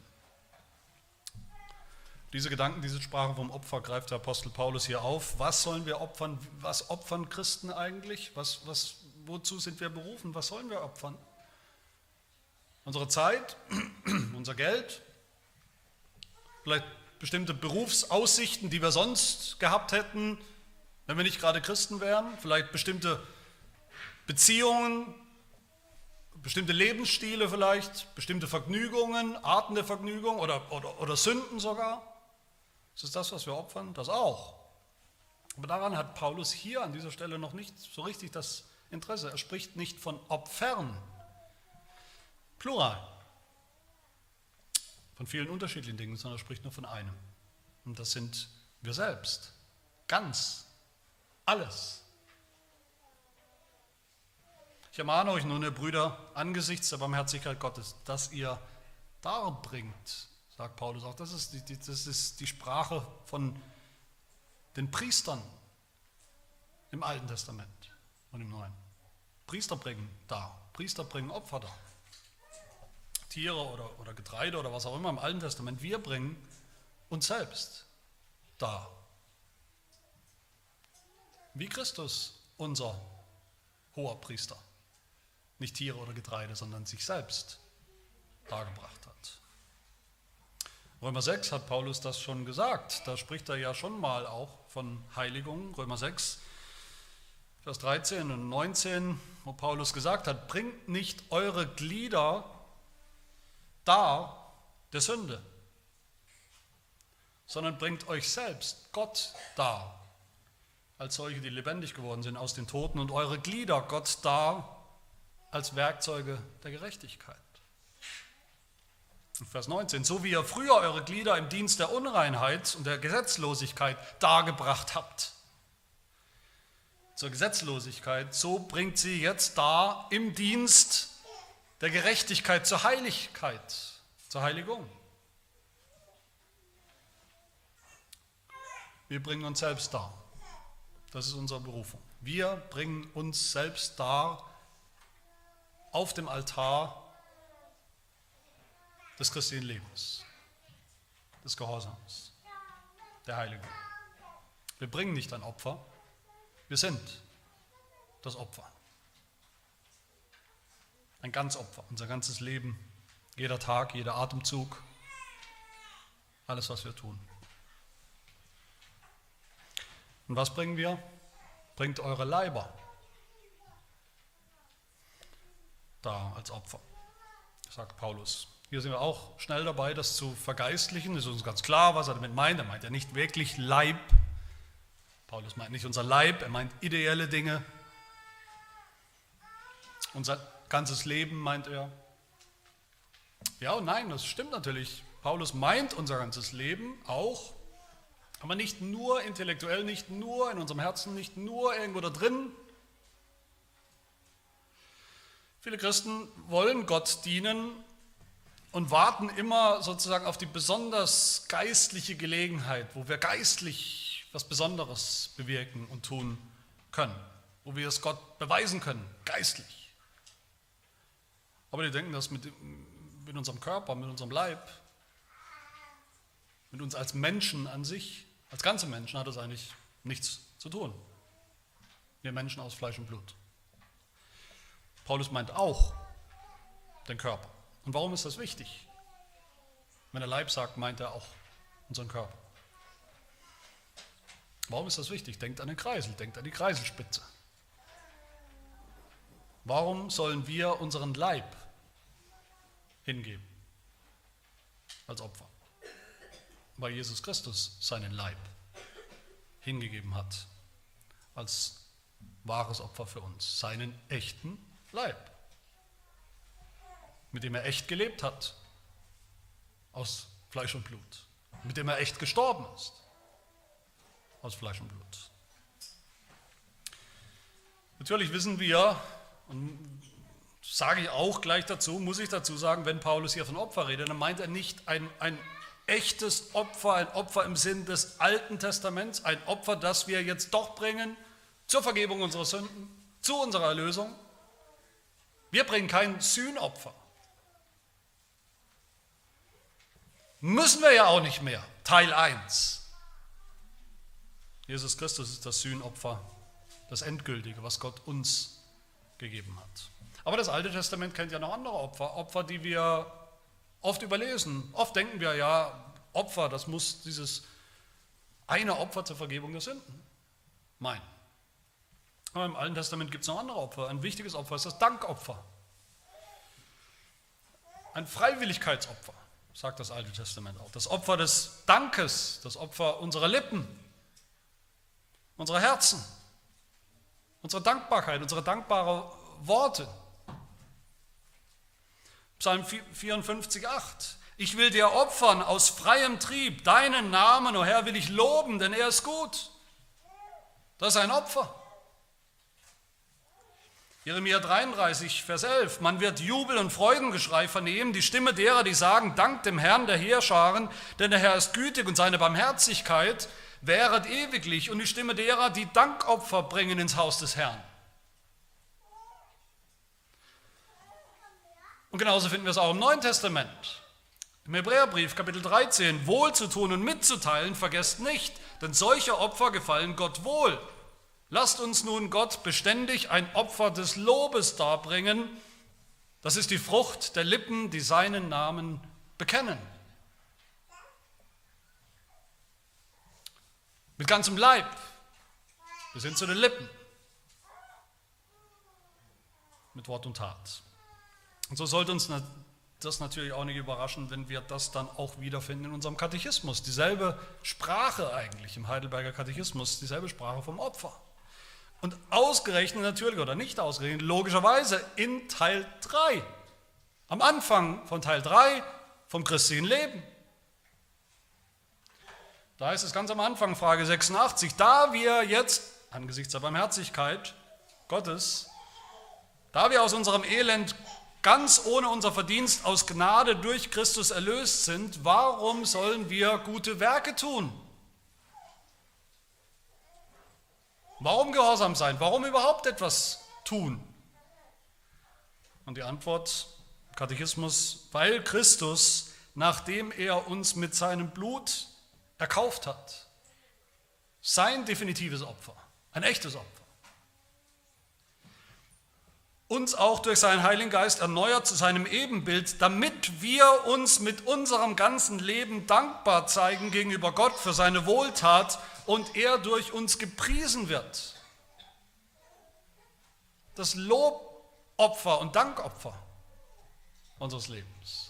Diese Gedanken, diese Sprache vom Opfer greift der Apostel Paulus hier auf. Was sollen wir opfern? Was opfern Christen eigentlich? Was, was, wozu sind wir berufen? Was sollen wir opfern? Unsere Zeit, unser Geld, vielleicht bestimmte Berufsaussichten, die wir sonst gehabt hätten, wenn wir nicht gerade Christen wären, vielleicht bestimmte Beziehungen, bestimmte Lebensstile vielleicht, bestimmte Vergnügungen, Arten der Vergnügung oder, oder, oder Sünden sogar. Ist es das, was wir opfern? Das auch. Aber daran hat Paulus hier an dieser Stelle noch nicht so richtig das Interesse. Er spricht nicht von Opfern, plural, von vielen unterschiedlichen Dingen, sondern er spricht nur von einem. Und das sind wir selbst. Ganz. Alles. Ich ermahne euch nun, ihr Brüder, angesichts der Barmherzigkeit Gottes, dass ihr darbringt, sagt Paulus auch. Das ist die, die, das ist die Sprache von den Priestern im Alten Testament und im Neuen. Priester bringen dar, Priester bringen Opfer dar. Tiere oder, oder Getreide oder was auch immer im Alten Testament. Wir bringen uns selbst dar. Wie Christus, unser hoher Priester. Nicht Tiere oder Getreide, sondern sich selbst dargebracht hat. Römer sechs hat Paulus das schon gesagt. Da spricht er ja schon mal auch von Heiligung. Römer sechs, Vers dreizehn und neunzehn, wo Paulus gesagt hat, bringt nicht eure Glieder dar der Sünde, sondern bringt euch selbst Gott dar, als solche, die lebendig geworden sind aus den Toten, und eure Glieder Gott dar als Werkzeuge der Gerechtigkeit. Vers neunzehn, so wie ihr früher eure Glieder im Dienst der Unreinheit und der Gesetzlosigkeit dargebracht habt, zur Gesetzlosigkeit, so bringt sie jetzt dar im Dienst der Gerechtigkeit zur Heiligkeit, zur Heiligung. Wir bringen uns selbst dar. Das ist unsere Berufung. Wir bringen uns selbst dar auf dem Altar des christlichen Lebens, des Gehorsams, der Heiligung. Wir bringen nicht ein Opfer, wir sind das Opfer. Ein Ganzopfer, unser ganzes Leben, jeder Tag, jeder Atemzug, alles, was wir tun. Und was bringen wir? Bringt eure Leiber da als Opfer, sagt Paulus. Hier sind wir auch schnell dabei, das zu vergeistlichen. Es ist uns ganz klar, was er damit meint. Er meint ja nicht wirklich Leib. Paulus meint nicht unser Leib, er meint ideelle Dinge. Unser ganzes Leben meint er. Ja und nein, das stimmt natürlich. Paulus meint unser ganzes Leben auch, aber nicht nur intellektuell, nicht nur in unserem Herzen, nicht nur irgendwo da drin. Viele Christen wollen Gott dienen und warten immer sozusagen auf die besonders geistliche Gelegenheit, wo wir geistlich was Besonderes bewirken und tun können, wo wir es Gott beweisen können, geistlich. Aber die denken, dass mit, mit unserem Körper, mit unserem Leib, mit uns als Menschen an sich, als ganze Menschen hat das eigentlich nichts zu tun. Wir Menschen aus Fleisch und Blut. Paulus meint auch den Körper. Und warum ist das wichtig? Wenn er Leib sagt, meint er auch unseren Körper. Warum ist das wichtig? Denkt an den Kreisel, denkt an die Kreiselspitze. Warum sollen wir unseren Leib hingeben als Opfer? Weil Jesus Christus seinen Leib hingegeben hat als wahres Opfer für uns, seinen echten Leib, mit dem er echt gelebt hat, aus Fleisch und Blut, mit dem er echt gestorben ist, aus Fleisch und Blut. Natürlich wissen wir, und sage ich auch gleich dazu, muss ich dazu sagen, wenn Paulus hier von Opfer redet, dann meint er nicht ein, ein echtes Opfer, ein Opfer im Sinn des Alten Testaments, ein Opfer, das wir jetzt doch bringen zur Vergebung unserer Sünden, zu unserer Erlösung. Wir bringen kein Sühnopfer. Müssen wir ja auch nicht mehr. Teil eins. Jesus Christus ist das Sühnopfer, das Endgültige, was Gott uns gegeben hat. Aber das Alte Testament kennt ja noch andere Opfer, Opfer, die wir oft überlesen. Oft denken wir, ja, Opfer, das muss dieses eine Opfer zur Vergebung der Sünden meinen. Aber im Alten Testament gibt es noch andere Opfer. Ein wichtiges Opfer ist das Dankopfer. Ein Freiwilligkeitsopfer, sagt das Alte Testament auch. Das Opfer des Dankes, das Opfer unserer Lippen, unserer Herzen, unsere Dankbarkeit, unsere dankbaren Worte. Psalm vierundfünfzig, acht. Ich will dir opfern aus freiem Trieb. Deinen Namen, o Herr, will ich loben, denn er ist gut. Das ist ein Opfer. Jeremia dreiunddreißig, Vers elf, man wird Jubel und Freudengeschrei vernehmen, die Stimme derer, die sagen, Dank dem Herrn der Heerscharen, denn der Herr ist gütig und seine Barmherzigkeit währet ewiglich, und die Stimme derer, die Dankopfer bringen ins Haus des Herrn. Und genauso finden wir es auch im Neuen Testament. Im Hebräerbrief, Kapitel dreizehn, wohl zu tun und mitzuteilen, vergesst nicht, denn solche Opfer gefallen Gott wohl. Lasst uns nun Gott beständig ein Opfer des Lobes darbringen. Das ist die Frucht der Lippen, die seinen Namen bekennen. Mit ganzem Leib, bis hin zu den Lippen. Mit Wort und Tat. Und so sollte uns das natürlich auch nicht überraschen, wenn wir das dann auch wiederfinden in unserem Katechismus. Dieselbe Sprache eigentlich im Heidelberger Katechismus, dieselbe Sprache vom Opfer. Und ausgerechnet natürlich, oder nicht ausgerechnet, logischerweise in Teil drei. Am Anfang von Teil drei vom christlichen Leben. Da heißt es ganz am Anfang, Frage sechsundachtzig, da wir jetzt, angesichts der Barmherzigkeit Gottes, da wir aus unserem Elend ganz ohne unser Verdienst aus Gnade durch Christus erlöst sind, warum sollen wir gute Werke tun? Warum gehorsam sein? Warum überhaupt etwas tun? Und die Antwort, Katechismus, weil Christus, nachdem er uns mit seinem Blut erkauft hat, sein definitives Opfer, ein echtes Opfer, uns auch durch seinen Heiligen Geist erneuert zu seinem Ebenbild, damit wir uns mit unserem ganzen Leben dankbar zeigen gegenüber Gott für seine Wohltat und er durch uns gepriesen wird. Das Lobopfer und Dankopfer unseres Lebens.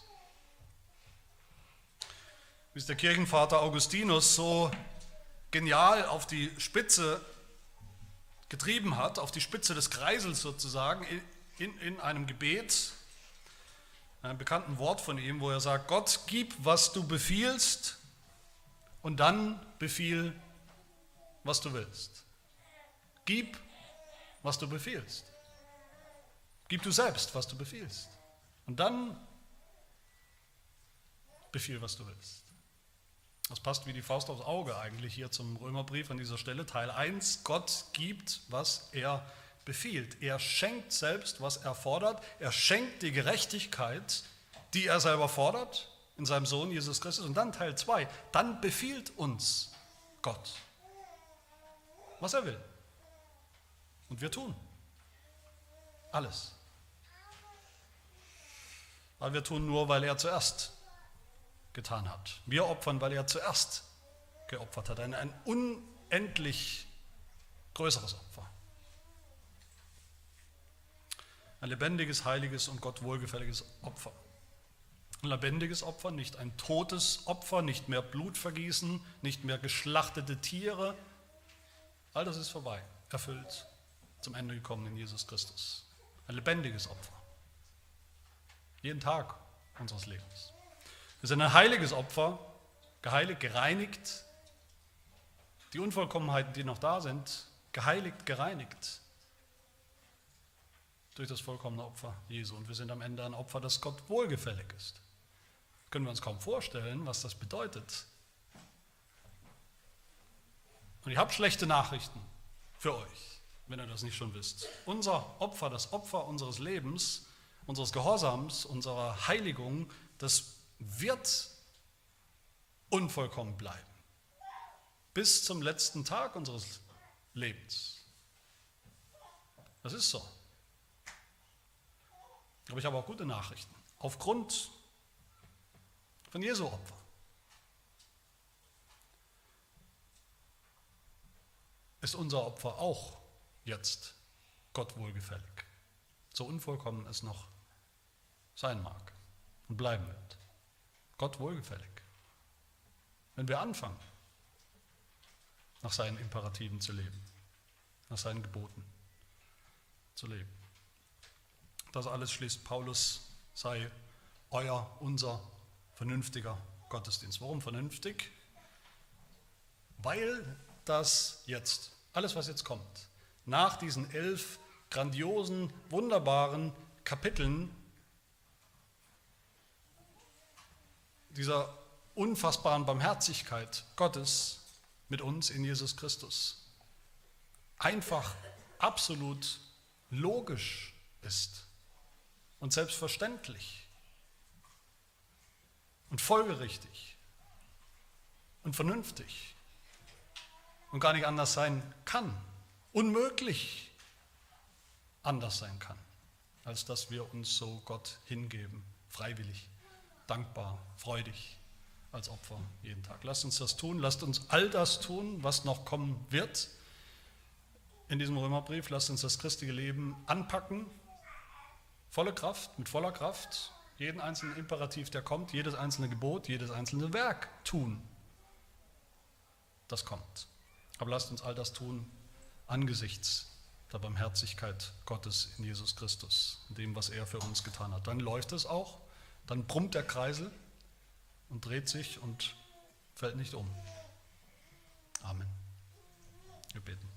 Wie es der Kirchenvater Augustinus so genial auf die Spitze getrieben hat, auf die Spitze des Kreisels sozusagen, in, in einem Gebet, einem bekannten Wort von ihm, wo er sagt, Gott, gib, was du befiehlst, und dann befiehl, was du willst. Gib, was du befiehlst. Gib du selbst, was du befiehlst. Und dann befiehl, was du willst. Das passt wie die Faust aufs Auge eigentlich hier zum Römerbrief an dieser Stelle. Teil eins, Gott gibt, was er befiehlt. Er schenkt selbst, was er fordert. Er schenkt die Gerechtigkeit, die er selber fordert, in seinem Sohn Jesus Christus. Und dann Teil zwei, dann befiehlt uns Gott, was er will. Und wir tun alles. Weil wir tun nur, weil er zuerst getan hat. Wir opfern, weil er zuerst geopfert hat. Ein, ein unendlich größeres Opfer. Ein lebendiges, heiliges und Gott wohlgefälliges Opfer. Ein lebendiges Opfer, nicht ein totes Opfer, nicht mehr Blutvergießen, nicht mehr geschlachtete Tiere. All das ist vorbei, erfüllt, zum Ende gekommen in Jesus Christus. Ein lebendiges Opfer. Jeden Tag unseres Lebens. Wir sind ein heiliges Opfer, geheiligt, gereinigt. Die Unvollkommenheiten, die noch da sind, geheiligt, gereinigt durch das vollkommene Opfer Jesu. Und wir sind am Ende ein Opfer, das Gott wohlgefällig ist. Können wir uns kaum vorstellen, was das bedeutet. Und ich habe schlechte Nachrichten für euch, wenn ihr das nicht schon wisst. Unser Opfer, das Opfer unseres Lebens, unseres Gehorsams, unserer Heiligung, das wird unvollkommen bleiben. Bis zum letzten Tag unseres Lebens. Das ist so. Aber ich habe auch gute Nachrichten. Aufgrund von Jesu Opfer. Ist unser Opfer auch jetzt Gott wohlgefällig. So unvollkommen es noch sein mag und bleiben wird. Gott wohlgefällig. Wenn wir anfangen, nach seinen Imperativen zu leben, nach seinen Geboten zu leben. Das alles schließt Paulus, sei euer, unser vernünftiger Gottesdienst. Warum vernünftig? Weil das jetzt, alles was jetzt kommt, nach diesen elf grandiosen, wunderbaren Kapiteln dieser unfassbaren Barmherzigkeit Gottes mit uns in Jesus Christus einfach absolut logisch ist und selbstverständlich und folgerichtig und vernünftig und gar nicht anders sein kann, unmöglich anders sein kann, als dass wir uns so Gott hingeben, freiwillig, dankbar, freudig, als Opfer jeden Tag. Lasst uns das tun, lasst uns all das tun, was noch kommen wird in diesem Römerbrief. Lasst uns das christliche Leben anpacken, volle Kraft, mit voller Kraft, jeden einzelnen Imperativ, der kommt, jedes einzelne Gebot, jedes einzelne Werk tun, das kommt. Aber lasst uns all das tun angesichts der Barmherzigkeit Gottes in Jesus Christus, in dem, was er für uns getan hat. Dann läuft es auch, dann brummt der Kreisel und dreht sich und fällt nicht um. Amen. Wir beten.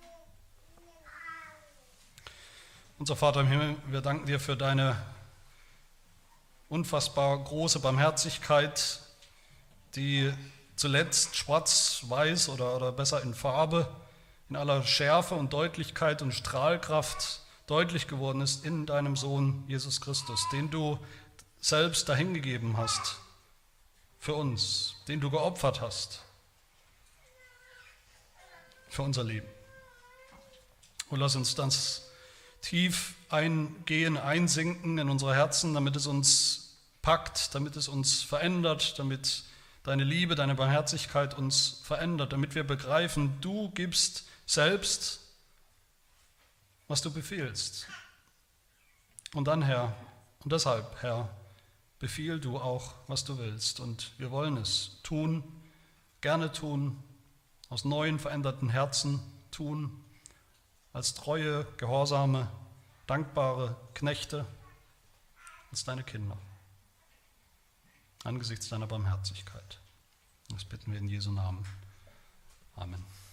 Unser Vater im Himmel, wir danken dir für deine unfassbar große Barmherzigkeit, die zuletzt schwarz-weiß oder, oder besser in Farbe, in aller Schärfe und Deutlichkeit und Strahlkraft deutlich geworden ist in deinem Sohn Jesus Christus, den du selbst dahingegeben hast für uns, den du geopfert hast für unser Leben. Und lass uns das tief eingehen, einsinken in unsere Herzen, damit es uns packt, damit es uns verändert, damit deine Liebe, deine Barmherzigkeit uns verändert, damit wir begreifen, du gibst selbst, was du befiehlst. Und dann, Herr, und deshalb, Herr, befiehl du auch, was du willst. Und wir wollen es tun, gerne tun, aus neuen, veränderten Herzen tun, als treue, gehorsame, dankbare Knechte, als deine Kinder, angesichts deiner Barmherzigkeit. Das bitten wir in Jesu Namen. Amen.